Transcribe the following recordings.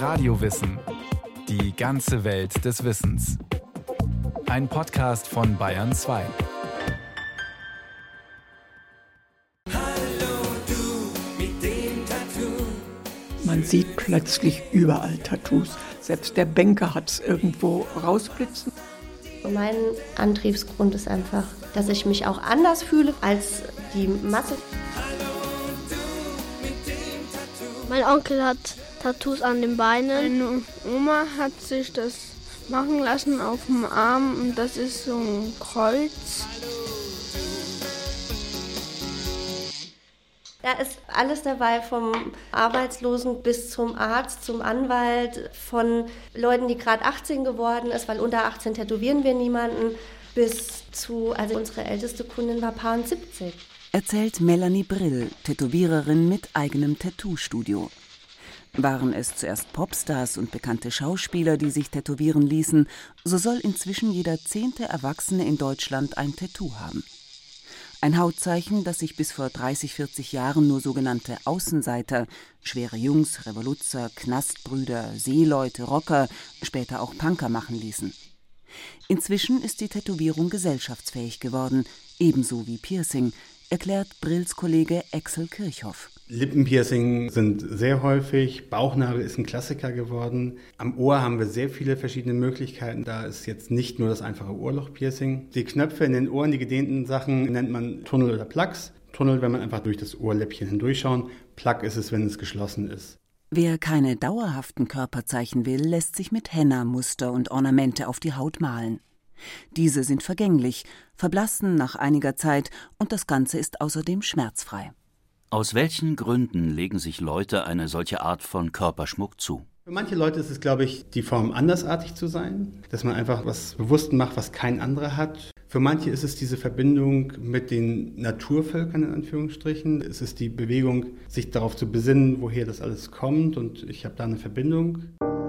Radiowissen. Die ganze Welt des Wissens. Ein Podcast von Bayern 2. Man sieht plötzlich überall Tattoos. Selbst der Banker hat es irgendwo rausblitzen. Mein Antriebsgrund ist einfach, dass ich mich auch anders fühle als die Masse. Mein Onkel hat Tattoos an den Beinen. Meine Oma hat sich das machen lassen auf dem Arm und das ist so ein Kreuz. Da ist alles dabei, vom Arbeitslosen bis zum Arzt, zum Anwalt, von Leuten, die gerade 18 geworden ist, weil unter 18 tätowieren wir niemanden, bis zu, also unsere älteste Kundin war Paar 70. Erzählt Melanie Brill, Tätowiererin mit eigenem Tattoo-Studio. Waren es zuerst Popstars und bekannte Schauspieler, die sich tätowieren ließen, so soll inzwischen jeder 10. Erwachsene in Deutschland ein Tattoo haben. Ein Hautzeichen, das sich bis vor 30, 40 Jahren nur sogenannte Außenseiter, schwere Jungs, Revoluzer, Knastbrüder, Seeleute, Rocker, später auch Punker machen ließen. Inzwischen ist die Tätowierung gesellschaftsfähig geworden, ebenso wie Piercing, erklärt Brills Kollege Axel Kirchhoff. Lippenpiercing sind sehr häufig, Bauchnabel ist ein Klassiker geworden. Am Ohr haben wir sehr viele verschiedene Möglichkeiten. Da ist jetzt nicht nur das einfache Ohrlochpiercing. Die Knöpfe in den Ohren, die gedehnten Sachen, nennt man Tunnel oder Plugs. Tunnel, wenn man einfach durch das Ohrläppchen hindurchschauen. Plug ist es, wenn es geschlossen ist. Wer keine dauerhaften Körperzeichen will, lässt sich mit Henna Muster und Ornamente auf die Haut malen. Diese sind vergänglich, verblassen nach einiger Zeit und das Ganze ist außerdem schmerzfrei. Aus welchen Gründen legen sich Leute eine solche Art von Körperschmuck zu? Für manche Leute ist es, glaube ich, die Form, andersartig zu sein, dass man einfach was bewusst macht, was kein anderer hat. Für manche ist es diese Verbindung mit den Naturvölkern, in Anführungsstrichen. Es ist die Bewegung, sich darauf zu besinnen, woher das alles kommt, und ich habe da eine Verbindung.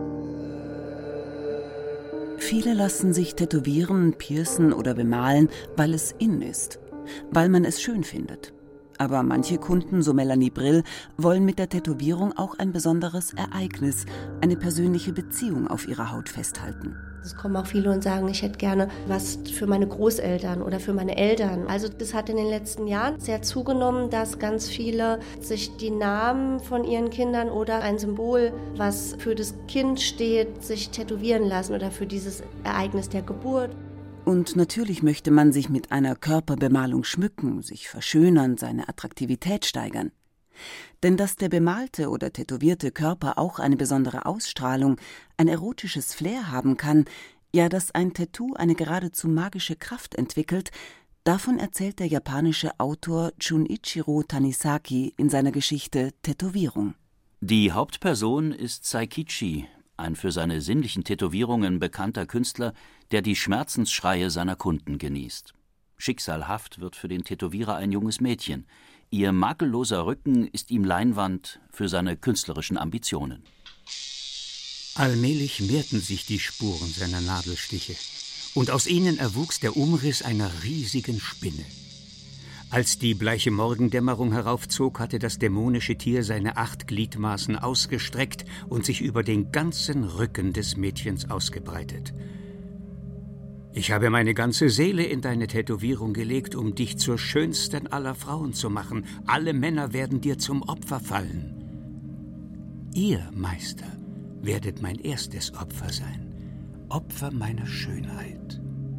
Viele lassen sich tätowieren, piercen oder bemalen, weil es in ist, weil man es schön findet. Aber manche Kunden, so Melanie Brill, wollen mit der Tätowierung auch ein besonderes Ereignis, eine persönliche Beziehung auf ihrer Haut festhalten. Es kommen auch viele und sagen, ich hätte gerne was für meine Großeltern oder für meine Eltern. Also das hat in den letzten Jahren sehr zugenommen, dass ganz viele sich die Namen von ihren Kindern oder ein Symbol, was für das Kind steht, sich tätowieren lassen oder für dieses Ereignis der Geburt. Und natürlich möchte man sich mit einer Körperbemalung schmücken, sich verschönern, seine Attraktivität steigern. Denn dass der bemalte oder tätowierte Körper auch eine besondere Ausstrahlung, ein erotisches Flair haben kann, ja, dass ein Tattoo eine geradezu magische Kraft entwickelt, davon erzählt der japanische Autor Junichiro Tanizaki in seiner Geschichte Tätowierung. Die Hauptperson ist Saikichi, ein für seine sinnlichen Tätowierungen bekannter Künstler, der die Schmerzensschreie seiner Kunden genießt. Schicksalhaft wird für den Tätowierer ein junges Mädchen. Ihr makelloser Rücken ist ihm Leinwand für seine künstlerischen Ambitionen. Allmählich mehrten sich die Spuren seiner Nadelstiche, und aus ihnen erwuchs der Umriss einer riesigen Spinne. Als die bleiche Morgendämmerung heraufzog, hatte das dämonische Tier seine 8 Gliedmaßen ausgestreckt und sich über den ganzen Rücken des Mädchens ausgebreitet. Ich habe meine ganze Seele in deine Tätowierung gelegt, um dich zur schönsten aller Frauen zu machen. Alle Männer werden dir zum Opfer fallen. Ihr, Meister, werdet mein erstes Opfer sein. Opfer meiner Schönheit.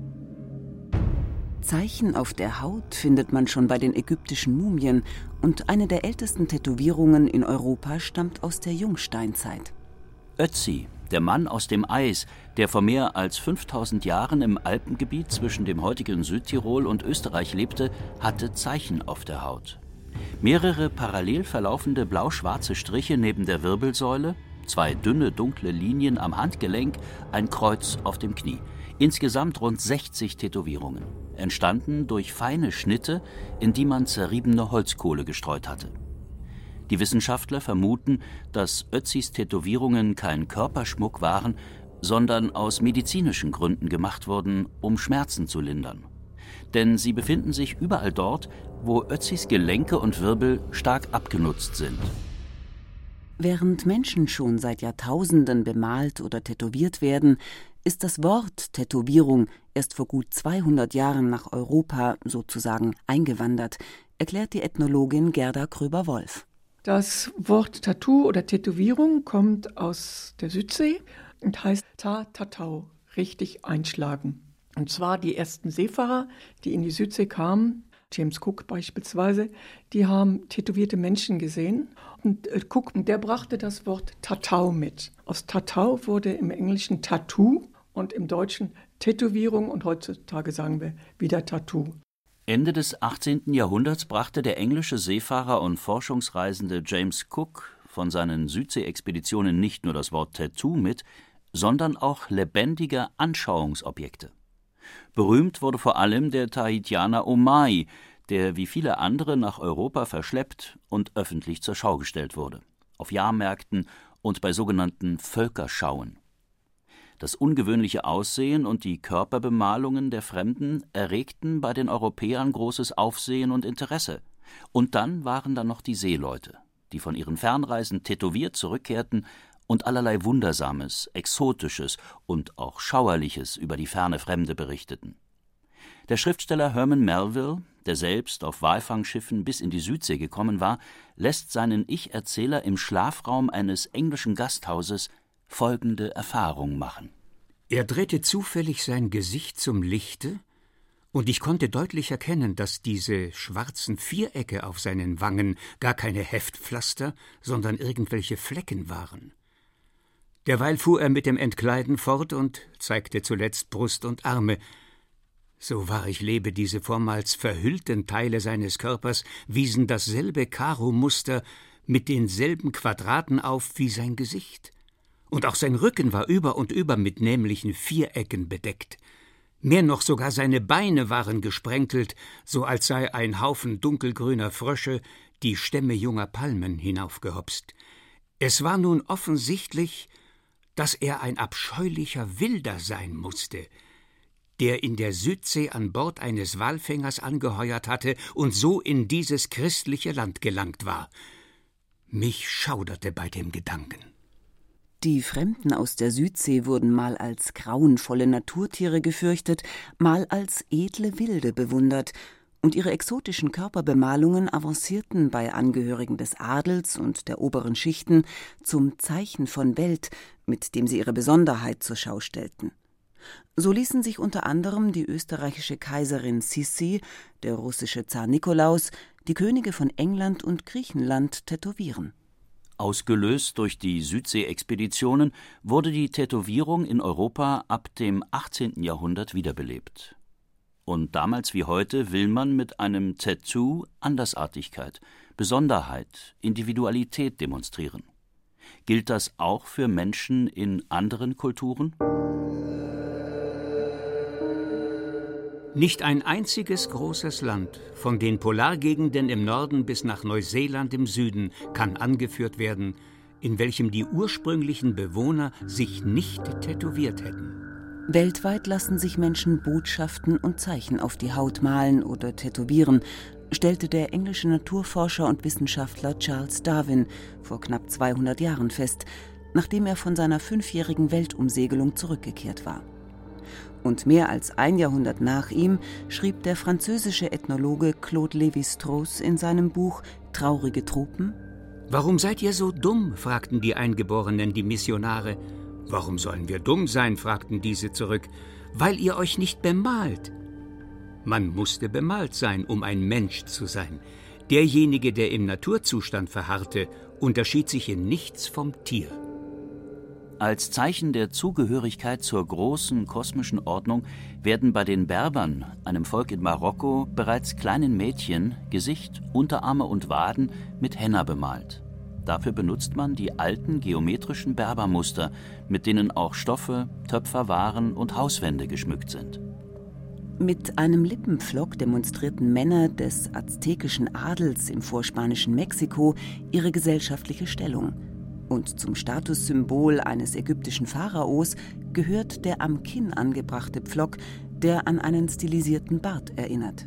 Zeichen auf der Haut findet man schon bei den ägyptischen Mumien und eine der ältesten Tätowierungen in Europa stammt aus der Jungsteinzeit. Ötzi, der Mann aus dem Eis, der vor mehr als 5000 Jahren im Alpengebiet zwischen dem heutigen Südtirol und Österreich lebte, hatte Zeichen auf der Haut. Mehrere parallel verlaufende blau-schwarze Striche neben der Wirbelsäule, 2 dünne, dunkle Linien am Handgelenk, ein Kreuz auf dem Knie. Insgesamt rund 60 Tätowierungen, entstanden durch feine Schnitte, in die man zerriebene Holzkohle gestreut hatte. Die Wissenschaftler vermuten, dass Ötzis Tätowierungen kein Körperschmuck waren, sondern aus medizinischen Gründen gemacht wurden, um Schmerzen zu lindern. Denn sie befinden sich überall dort, wo Ötzis Gelenke und Wirbel stark abgenutzt sind. Während Menschen schon seit Jahrtausenden bemalt oder tätowiert werden, ist das Wort Tätowierung erst vor gut 200 Jahren nach Europa sozusagen eingewandert, erklärt die Ethnologin Gerda Kröber-Wolf. Das Wort Tattoo oder Tätowierung kommt aus der Südsee und heißt Ta-Tatau, richtig einschlagen. Und zwar die ersten Seefahrer, die in die Südsee kamen, James Cook beispielsweise, die haben tätowierte Menschen gesehen. Und Cook, der brachte das Wort Tatau mit. Aus Tatau wurde im Englischen Tattoo und im Deutschen Tätowierung und heutzutage sagen wir wieder Tattoo. Ende des 18. Jahrhunderts brachte der englische Seefahrer und Forschungsreisende James Cook von seinen Südsee-Expeditionen nicht nur das Wort Tattoo mit, sondern auch lebendige Anschauungsobjekte. Berühmt wurde vor allem der Tahitianer Omai, der wie viele andere nach Europa verschleppt und öffentlich zur Schau gestellt wurde, auf Jahrmärkten und bei sogenannten Völkerschauen. Das ungewöhnliche Aussehen und die Körperbemalungen der Fremden erregten bei den Europäern großes Aufsehen und Interesse. Und dann waren da noch die Seeleute, die von ihren Fernreisen tätowiert zurückkehrten und allerlei Wundersames, Exotisches und auch Schauerliches über die ferne Fremde berichteten. Der Schriftsteller Herman Melville, der selbst auf Walfangschiffen bis in die Südsee gekommen war, lässt seinen Ich-Erzähler im Schlafraum eines englischen Gasthauses folgende Erfahrung machen. Er drehte zufällig sein Gesicht zum Lichte, und ich konnte deutlich erkennen, dass diese schwarzen Vierecke auf seinen Wangen gar keine Heftpflaster, sondern irgendwelche Flecken waren. Derweil fuhr er mit dem Entkleiden fort und zeigte zuletzt Brust und Arme. So wahr ich lebe, diese vormals verhüllten Teile seines Körpers wiesen dasselbe Karo-Muster mit denselben Quadraten auf wie sein Gesicht. Und auch sein Rücken war über und über mit nämlichen Vierecken bedeckt. Mehr noch, sogar seine Beine waren gesprenkelt, so als sei ein Haufen dunkelgrüner Frösche die Stämme junger Palmen hinaufgehopst. Es war nun offensichtlich, dass er ein abscheulicher Wilder sein musste, der in der Südsee an Bord eines Walfängers angeheuert hatte und so in dieses christliche Land gelangt war. Mich schauderte bei dem Gedanken. Die Fremden aus der Südsee wurden mal als grauenvolle Naturtiere gefürchtet, mal als edle Wilde bewundert, und ihre exotischen Körperbemalungen avancierten bei Angehörigen des Adels und der oberen Schichten zum Zeichen von Welt, mit dem sie ihre Besonderheit zur Schau stellten. So ließen sich unter anderem die österreichische Kaiserin Sissi, der russische Zar Nikolaus, die Könige von England und Griechenland tätowieren. Ausgelöst durch die Südsee-Expeditionen wurde die Tätowierung in Europa ab dem 18. Jahrhundert wiederbelebt. Und damals wie heute will man mit einem Tattoo Andersartigkeit, Besonderheit, Individualität demonstrieren. Gilt das auch für Menschen in anderen Kulturen? Nicht ein einziges großes Land, von den Polargegenden im Norden bis nach Neuseeland im Süden, kann angeführt werden, in welchem die ursprünglichen Bewohner sich nicht tätowiert hätten. Weltweit lassen sich Menschen Botschaften und Zeichen auf die Haut malen oder tätowieren, stellte der englische Naturforscher und Wissenschaftler Charles Darwin vor knapp 200 Jahren fest, nachdem er von seiner 5-jährigen Weltumsegelung zurückgekehrt war. Und mehr als ein Jahrhundert nach ihm schrieb der französische Ethnologe Claude Lévi-Strauss in seinem Buch »Traurige Tropen«: »Warum seid ihr so dumm?« fragten die Eingeborenen die Missionare. »Warum sollen wir dumm sein?« fragten diese zurück. »Weil ihr euch nicht bemalt.« Man musste bemalt sein, um ein Mensch zu sein. Derjenige, der im Naturzustand verharrte, unterschied sich in nichts vom Tier. Als Zeichen der Zugehörigkeit zur großen kosmischen Ordnung werden bei den Berbern, einem Volk in Marokko, bereits kleinen Mädchen Gesicht, Unterarme und Waden mit Henna bemalt. Dafür benutzt man die alten geometrischen Berbermuster, mit denen auch Stoffe, Töpferwaren und Hauswände geschmückt sind. Mit einem Lippenpflock demonstrierten Männer des aztekischen Adels im vorspanischen Mexiko ihre gesellschaftliche Stellung. Und zum Statussymbol eines ägyptischen Pharaos gehört der am Kinn angebrachte Pflock, der an einen stilisierten Bart erinnert.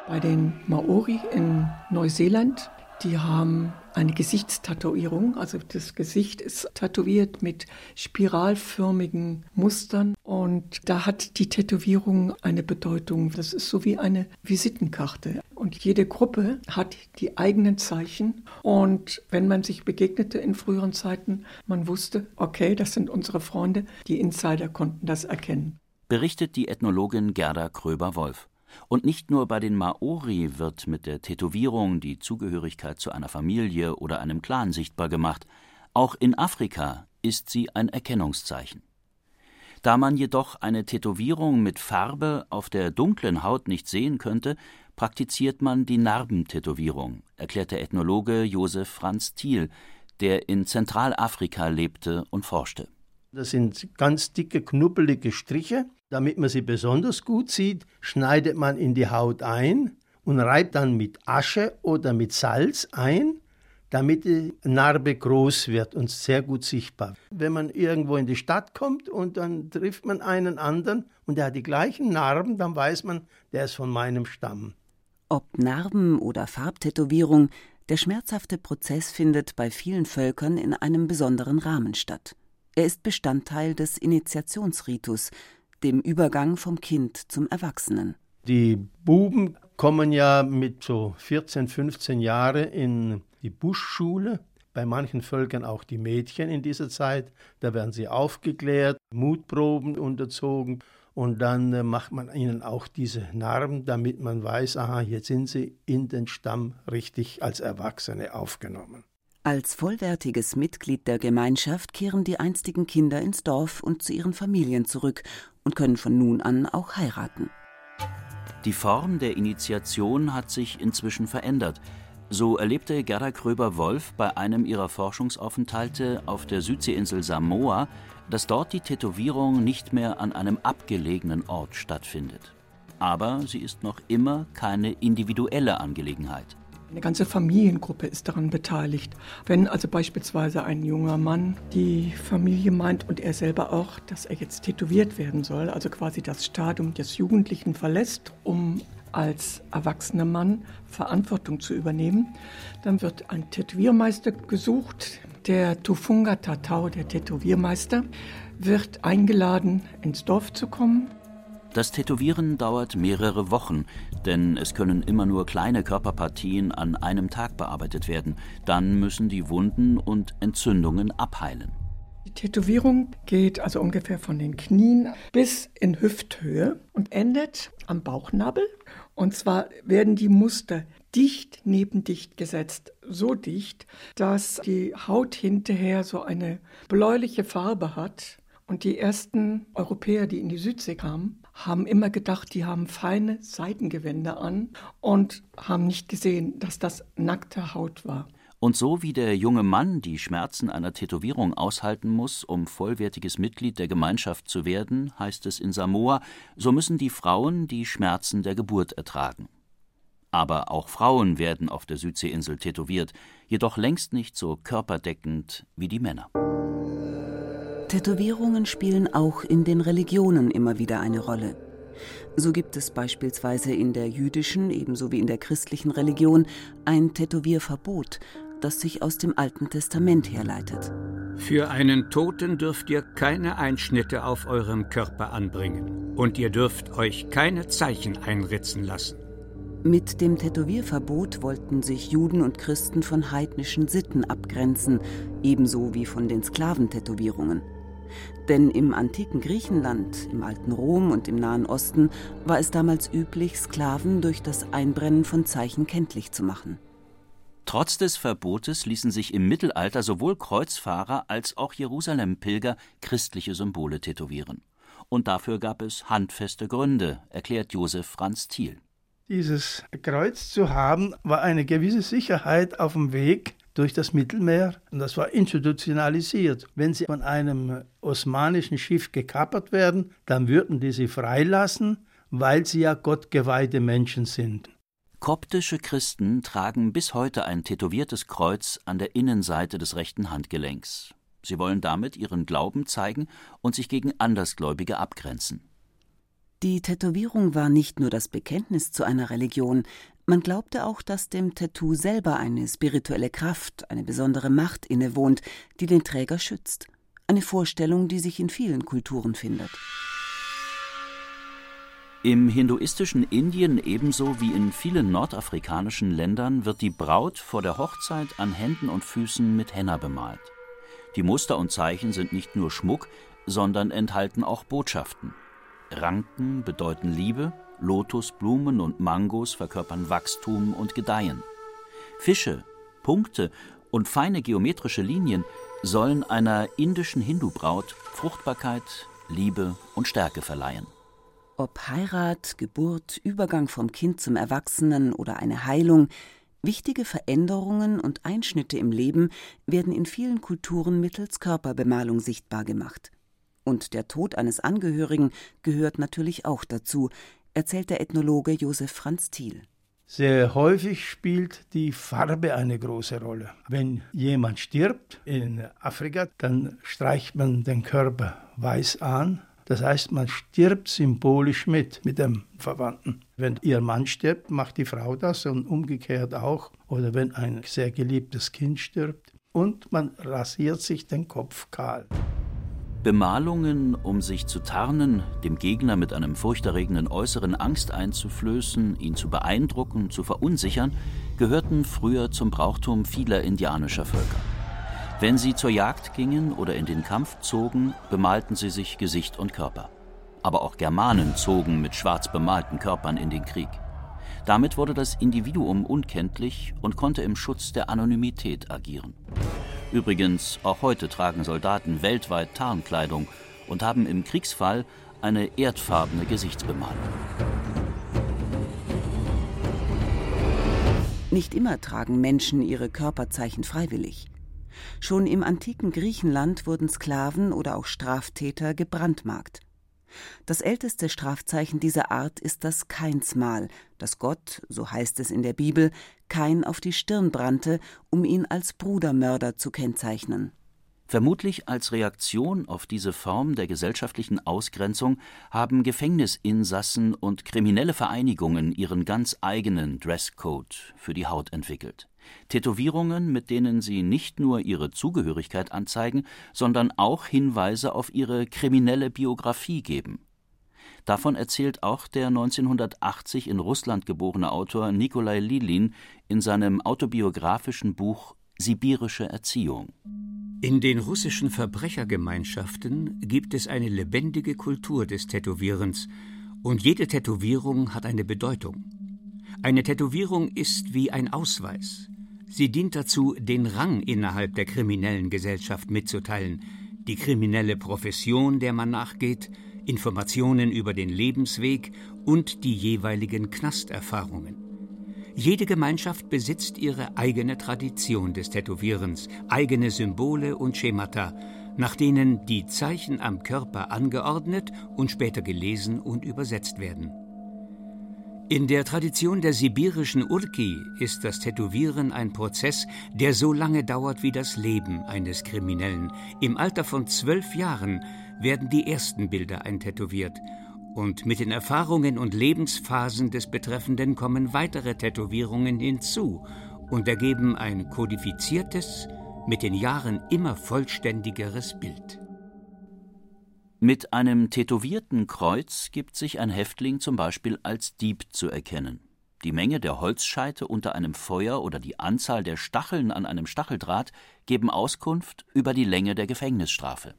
Bei den Maori in Neuseeland, die haben eine Gesichtstätowierung, also das Gesicht ist tätowiert mit spiralförmigen Mustern und da hat die Tätowierung eine Bedeutung. Das ist so wie eine Visitenkarte und jede Gruppe hat die eigenen Zeichen und wenn man sich begegnete in früheren Zeiten, man wusste, okay, das sind unsere Freunde, die Insider konnten das erkennen. Berichtet die Ethnologin Gerda Kröber-Wolf. Und nicht nur bei den Maori wird mit der Tätowierung die Zugehörigkeit zu einer Familie oder einem Clan sichtbar gemacht. Auch in Afrika ist sie ein Erkennungszeichen. Da man jedoch eine Tätowierung mit Farbe auf der dunklen Haut nicht sehen könnte, praktiziert man die Narbentätowierung, erklärt der Ethnologe Josef Franz Thiel, der in Zentralafrika lebte und forschte. Das sind ganz dicke, knubbelige Striche. Damit man sie besonders gut sieht, schneidet man in die Haut ein und reibt dann mit Asche oder mit Salz ein, damit die Narbe groß wird und sehr gut sichtbar. Wenn man irgendwo in die Stadt kommt und dann trifft man einen anderen und der hat die gleichen Narben, dann weiß man, der ist von meinem Stamm. Ob Narben oder Farbtätowierung, der schmerzhafte Prozess findet bei vielen Völkern in einem besonderen Rahmen statt. Er ist Bestandteil des Initiationsritus, dem Übergang vom Kind zum Erwachsenen. Die Buben kommen ja mit so 14, 15 Jahren in die Buschschule. Bei manchen Völkern auch die Mädchen in dieser Zeit. Da werden sie aufgeklärt, Mutproben unterzogen und dann macht man ihnen auch diese Narben, damit man weiß, aha, jetzt sind sie in den Stamm richtig als Erwachsene aufgenommen. Als vollwertiges Mitglied der Gemeinschaft kehren die einstigen Kinder ins Dorf und zu ihren Familien zurück und können von nun an auch heiraten. Die Form der Initiation hat sich inzwischen verändert. So erlebte Gerda Kröber-Wolf bei einem ihrer Forschungsaufenthalte auf der Südseeinsel Samoa, dass dort die Tätowierung nicht mehr an einem abgelegenen Ort stattfindet. Aber sie ist noch immer keine individuelle Angelegenheit. Eine ganze Familiengruppe ist daran beteiligt. Wenn also beispielsweise ein junger Mann die Familie meint und er selber auch, dass er jetzt tätowiert werden soll, also quasi das Stadium des Jugendlichen verlässt, um als erwachsener Mann Verantwortung zu übernehmen, dann wird ein Tätowiermeister gesucht. Der Tufunga Tatau, der Tätowiermeister, wird eingeladen, ins Dorf zu kommen. Das Tätowieren dauert mehrere Wochen, denn es können immer nur kleine Körperpartien an einem Tag bearbeitet werden. Dann müssen die Wunden und Entzündungen abheilen. Die Tätowierung geht also ungefähr von den Knien bis in Hüfthöhe und endet am Bauchnabel. Und zwar werden die Muster dicht neben dicht gesetzt, so dicht, dass die Haut hinterher so eine bläuliche Farbe hat. Und die ersten Europäer, die in die Südsee kamen, haben immer gedacht, die haben feine Seidengewänder an und haben nicht gesehen, dass das nackte Haut war. Und so wie der junge Mann die Schmerzen einer Tätowierung aushalten muss, um vollwertiges Mitglied der Gemeinschaft zu werden, heißt es in Samoa, so müssen die Frauen die Schmerzen der Geburt ertragen. Aber auch Frauen werden auf der Südseeinsel tätowiert, jedoch längst nicht so körperdeckend wie die Männer. Tätowierungen spielen auch in den Religionen immer wieder eine Rolle. So gibt es beispielsweise in der jüdischen ebenso wie in der christlichen Religion ein Tätowierverbot, das sich aus dem Alten Testament herleitet. Für einen Toten dürft ihr keine Einschnitte auf eurem Körper anbringen und ihr dürft euch keine Zeichen einritzen lassen. Mit dem Tätowierverbot wollten sich Juden und Christen von heidnischen Sitten abgrenzen, ebenso wie von den Sklaventätowierungen. Denn im antiken Griechenland, im alten Rom und im Nahen Osten war es damals üblich, Sklaven durch das Einbrennen von Zeichen kenntlich zu machen. Trotz des Verbotes ließen sich im Mittelalter sowohl Kreuzfahrer als auch Jerusalem-Pilger christliche Symbole tätowieren. Und dafür gab es handfeste Gründe, erklärt Josef Franz Thiel. Dieses Kreuz zu haben, war eine gewisse Sicherheit auf dem Weg durch das Mittelmeer. Und das war institutionalisiert. Wenn sie von einem osmanischen Schiff gekapert werden, dann würden die sie freilassen, weil sie ja gottgeweihte Menschen sind. Koptische Christen tragen bis heute ein tätowiertes Kreuz an der Innenseite des rechten Handgelenks. Sie wollen damit ihren Glauben zeigen und sich gegen Andersgläubige abgrenzen. Die Tätowierung war nicht nur das Bekenntnis zu einer Religion, man glaubte auch, dass dem Tattoo selber eine spirituelle Kraft, eine besondere Macht innewohnt, die den Träger schützt. Eine Vorstellung, die sich in vielen Kulturen findet. Im hinduistischen Indien ebenso wie in vielen nordafrikanischen Ländern wird die Braut vor der Hochzeit an Händen und Füßen mit Henna bemalt. Die Muster und Zeichen sind nicht nur Schmuck, sondern enthalten auch Botschaften. Ranken bedeuten Liebe, Lotusblumen und Mangos verkörpern Wachstum und Gedeihen. Fische, Punkte und feine geometrische Linien sollen einer indischen Hindu-Braut Fruchtbarkeit, Liebe und Stärke verleihen. Ob Heirat, Geburt, Übergang vom Kind zum Erwachsenen oder eine Heilung, wichtige Veränderungen und Einschnitte im Leben werden in vielen Kulturen mittels Körperbemalung sichtbar gemacht. Und der Tod eines Angehörigen gehört natürlich auch dazu, erzählt der Ethnologe Josef Franz Thiel. Sehr häufig spielt die Farbe eine große Rolle. Wenn jemand stirbt in Afrika, dann streicht man den Körper weiß an. Das heißt, man stirbt symbolisch mit dem Verwandten. Wenn ihr Mann stirbt, macht die Frau das und umgekehrt auch. Oder wenn ein sehr geliebtes Kind stirbt. Und man rasiert sich den Kopf kahl. Bemalungen, um sich zu tarnen, dem Gegner mit einem furchterregenden Äußeren Angst einzuflößen, ihn zu beeindrucken, zu verunsichern, gehörten früher zum Brauchtum vieler indianischer Völker. Wenn sie zur Jagd gingen oder in den Kampf zogen, bemalten sie sich Gesicht und Körper. Aber auch Germanen zogen mit schwarz bemalten Körpern in den Krieg. Damit wurde das Individuum unkenntlich und konnte im Schutz der Anonymität agieren. Übrigens, auch heute tragen Soldaten weltweit Tarnkleidung und haben im Kriegsfall eine erdfarbene Gesichtsbemalung. Nicht immer tragen Menschen ihre Körperzeichen freiwillig. Schon im antiken Griechenland wurden Sklaven oder auch Straftäter gebrandmarkt. Das älteste Strafzeichen dieser Art ist das Kainsmal, das Gott, so heißt es in der Bibel, Kain auf die Stirn brannte, um ihn als Brudermörder zu kennzeichnen. Vermutlich als Reaktion auf diese Form der gesellschaftlichen Ausgrenzung haben Gefängnisinsassen und kriminelle Vereinigungen ihren ganz eigenen Dresscode für die Haut entwickelt. Tätowierungen, mit denen sie nicht nur ihre Zugehörigkeit anzeigen, sondern auch Hinweise auf ihre kriminelle Biografie geben. Davon erzählt auch der 1980 in Russland geborene Autor Nikolai Lilin in seinem autobiografischen Buch Sibirische Erziehung. In den russischen Verbrechergemeinschaften gibt es eine lebendige Kultur des Tätowierens und jede Tätowierung hat eine Bedeutung. Eine Tätowierung ist wie ein Ausweis. Sie dient dazu, den Rang innerhalb der kriminellen Gesellschaft mitzuteilen, die kriminelle Profession, der man nachgeht, Informationen über den Lebensweg und die jeweiligen Knasterfahrungen. Jede Gemeinschaft besitzt ihre eigene Tradition des Tätowierens, eigene Symbole und Schemata, nach denen die Zeichen am Körper angeordnet und später gelesen und übersetzt werden. In der Tradition der sibirischen Urki ist das Tätowieren ein Prozess, der so lange dauert wie das Leben eines Kriminellen. Im Alter von 12 Jahren werden die ersten Bilder eintätowiert. Und mit den Erfahrungen und Lebensphasen des Betreffenden kommen weitere Tätowierungen hinzu und ergeben ein kodifiziertes, mit den Jahren immer vollständigeres Bild. Mit einem tätowierten Kreuz gibt sich ein Häftling zum Beispiel als Dieb zu erkennen. Die Menge der Holzscheite unter einem Feuer oder die Anzahl der Stacheln an einem Stacheldraht geben Auskunft über die Länge der Gefängnisstrafe.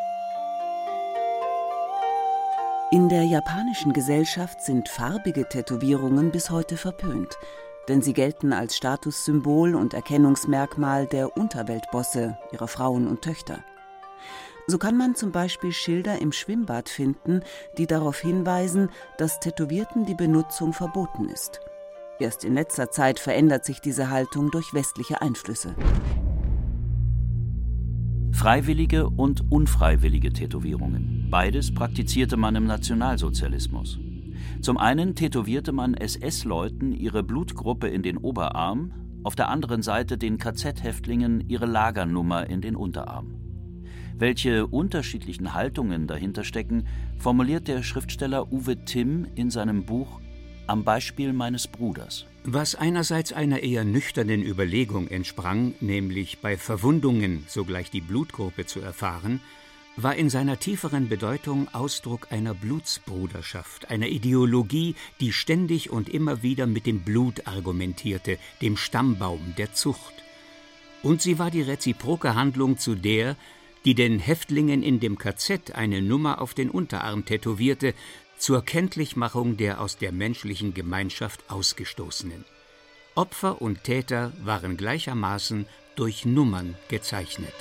In der japanischen Gesellschaft sind farbige Tätowierungen bis heute verpönt, denn sie gelten als Statussymbol und Erkennungsmerkmal der Unterweltbosse, ihrer Frauen und Töchter. So kann man zum Beispiel Schilder im Schwimmbad finden, die darauf hinweisen, dass Tätowierten die Benutzung verboten ist. Erst in letzter Zeit verändert sich diese Haltung durch westliche Einflüsse. Freiwillige und unfreiwillige Tätowierungen. Beides praktizierte man im Nationalsozialismus. Zum einen tätowierte man SS-Leuten ihre Blutgruppe in den Oberarm, auf der anderen Seite den KZ-Häftlingen ihre Lagernummer in den Unterarm. Welche unterschiedlichen Haltungen dahinter stecken, formuliert der Schriftsteller Uwe Timm in seinem Buch Am Beispiel meines Bruders. Was einerseits einer eher nüchternen Überlegung entsprang, nämlich bei Verwundungen sogleich die Blutgruppe zu erfahren, war in seiner tieferen Bedeutung Ausdruck einer Blutsbruderschaft, einer Ideologie, die ständig und immer wieder mit dem Blut argumentierte, dem Stammbaum der Zucht. Und sie war die reziproke Handlung zu der, die den Häftlingen in dem KZ eine Nummer auf den Unterarm tätowierte, zur Kenntlichmachung der aus der menschlichen Gemeinschaft Ausgestoßenen. Opfer und Täter waren gleichermaßen durch Nummern gezeichnet.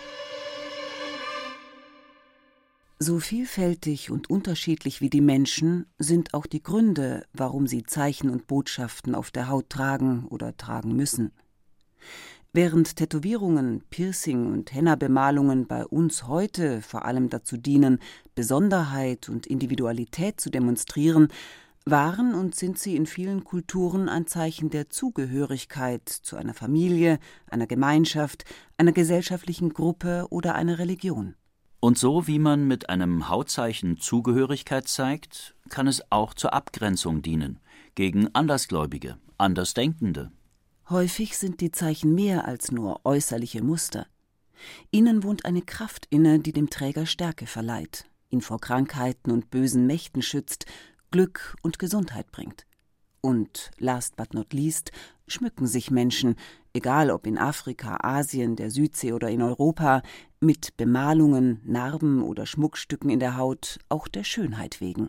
So vielfältig und unterschiedlich wie die Menschen sind auch die Gründe, warum sie Zeichen und Botschaften auf der Haut tragen oder tragen müssen. Während Tätowierungen, Piercing und Henna-Bemalungen bei uns heute vor allem dazu dienen, Besonderheit und Individualität zu demonstrieren, waren und sind sie in vielen Kulturen ein Zeichen der Zugehörigkeit zu einer Familie, einer Gemeinschaft, einer gesellschaftlichen Gruppe oder einer Religion. Und so wie man mit einem Hautzeichen Zugehörigkeit zeigt, kann es auch zur Abgrenzung dienen, gegen Andersgläubige, Andersdenkende. Häufig sind die Zeichen mehr als nur äußerliche Muster. Ihnen wohnt eine Kraft inne, die dem Träger Stärke verleiht, ihn vor Krankheiten und bösen Mächten schützt, Glück und Gesundheit bringt. Und, last but not least, schmücken sich Menschen, egal ob in Afrika, Asien, der Südsee oder in Europa, mit Bemalungen, Narben oder Schmuckstücken in der Haut, auch der Schönheit wegen.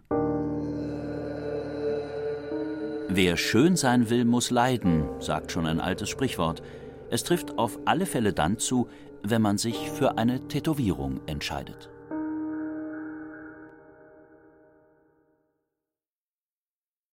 Wer schön sein will, muss leiden, sagt schon ein altes Sprichwort. Es trifft auf alle Fälle dann zu, wenn man sich für eine Tätowierung entscheidet.